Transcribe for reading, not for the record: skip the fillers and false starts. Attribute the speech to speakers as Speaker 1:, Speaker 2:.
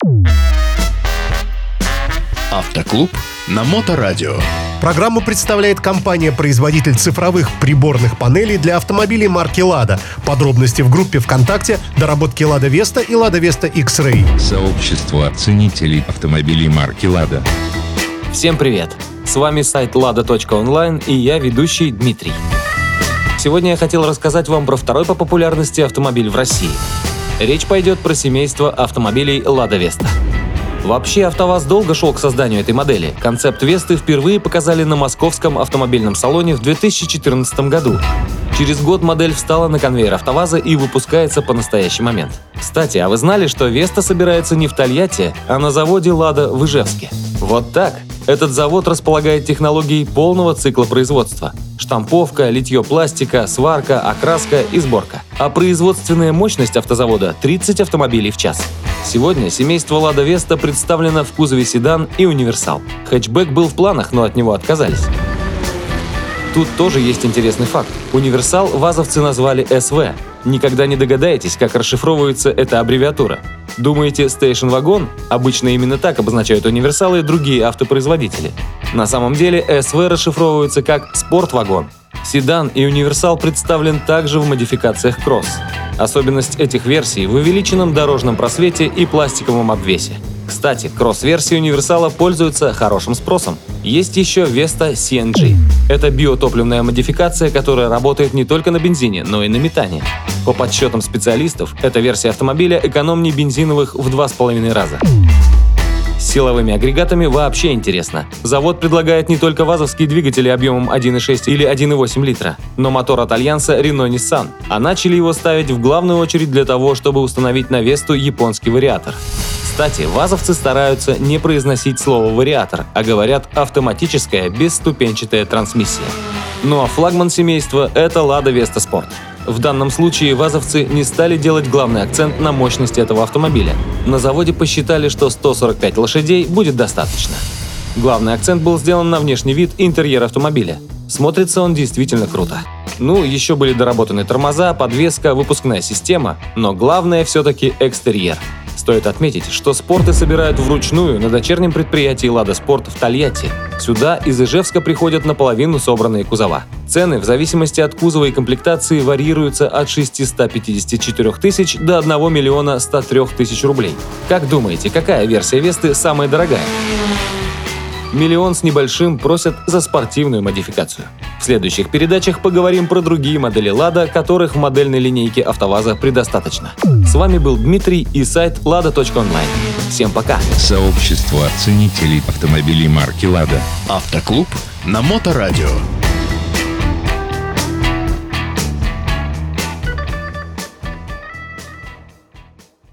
Speaker 1: Автоклуб на Моторадио.
Speaker 2: Программу представляет компания-производитель цифровых приборных панелей для автомобилей марки «Лада». Подробности в группе ВКонтакте «Доработки Лада Веста» и «Лада Веста X-Ray».
Speaker 3: Сообщество ценителей автомобилей марки «Лада».
Speaker 4: Всем привет! С вами сайт lada.online и я, ведущий Дмитрий. Сегодня я хотел рассказать вам про второй по популярности автомобиль в России. Речь пойдет про семейство автомобилей «Лада Веста». Вообще, АвтоВАЗ долго шел к созданию этой модели. Концепт Весты впервые показали на московском автомобильном салоне в 2014 году. Через год модель встала на конвейер АвтоВАЗа и выпускается по настоящий момент. Кстати, а вы знали, что Веста собирается не в Тольятти, а на заводе «Лада» в Ижевске? Вот так! Этот завод располагает технологией полного цикла производства. Штамповка, литье пластика, сварка, окраска и сборка. А производственная мощность автозавода – 30 автомобилей в час. Сегодня семейство «Лада Веста» представлено в кузове седан и универсал. Хэтчбэк был в планах, но от него отказались. Тут тоже есть интересный факт. Универсал вазовцы назвали СВ. Никогда не догадаетесь, как расшифровывается эта аббревиатура. Думаете, Station Wagon? Обычно именно так обозначают универсалы и другие автопроизводители. На самом деле СВ расшифровывается как спорт-вагон. Седан и универсал представлен также в модификациях кросс. Особенность этих версий в увеличенном дорожном просвете и пластиковом обвесе. Кстати, кросс-версии универсала пользуются хорошим спросом. Есть еще Vesta CNG. Это биотопливная модификация, которая работает не только на бензине, но и на метане. По подсчетам специалистов, эта версия автомобиля экономнее бензиновых в 2,5 раза. С силовыми агрегатами вообще интересно. Завод предлагает не только вазовские двигатели объемом 1,6 или 1,8 литра, но мотор от альянса Renault-Nissan. А начали его ставить в главную очередь для того, чтобы установить на Весту японский вариатор. Кстати, вазовцы стараются не произносить слово «вариатор», а говорят «автоматическая бесступенчатая трансмиссия». Ну а флагман семейства – это Lada Vesta Sport. В данном случае вазовцы не стали делать главный акцент на мощности этого автомобиля. На заводе посчитали, что 145 лошадей будет достаточно. Главный акцент был сделан на внешний вид и интерьер автомобиля. Смотрится он действительно круто. Ну, еще были доработаны тормоза, подвеска, выпускная система, но главное все-таки экстерьер. Стоит отметить, что спорты собирают вручную на дочернем предприятии «Лада Спорт» в Тольятти. Сюда из Ижевска приходят наполовину собранные кузова. Цены в зависимости от кузова и комплектации варьируются от 654 тысяч до 1 миллиона 103 тысяч рублей. Как думаете, какая версия Весты самая дорогая? Миллион с небольшим просят за спортивную модификацию. В следующих передачах поговорим про другие модели «Лада», которых в модельной линейке АвтоВАЗа предостаточно. С вами был Дмитрий и сайт lada.online. Всем пока!
Speaker 3: Сообщество ценителей автомобилей марки «Лада».
Speaker 1: Автоклуб на Моторадио.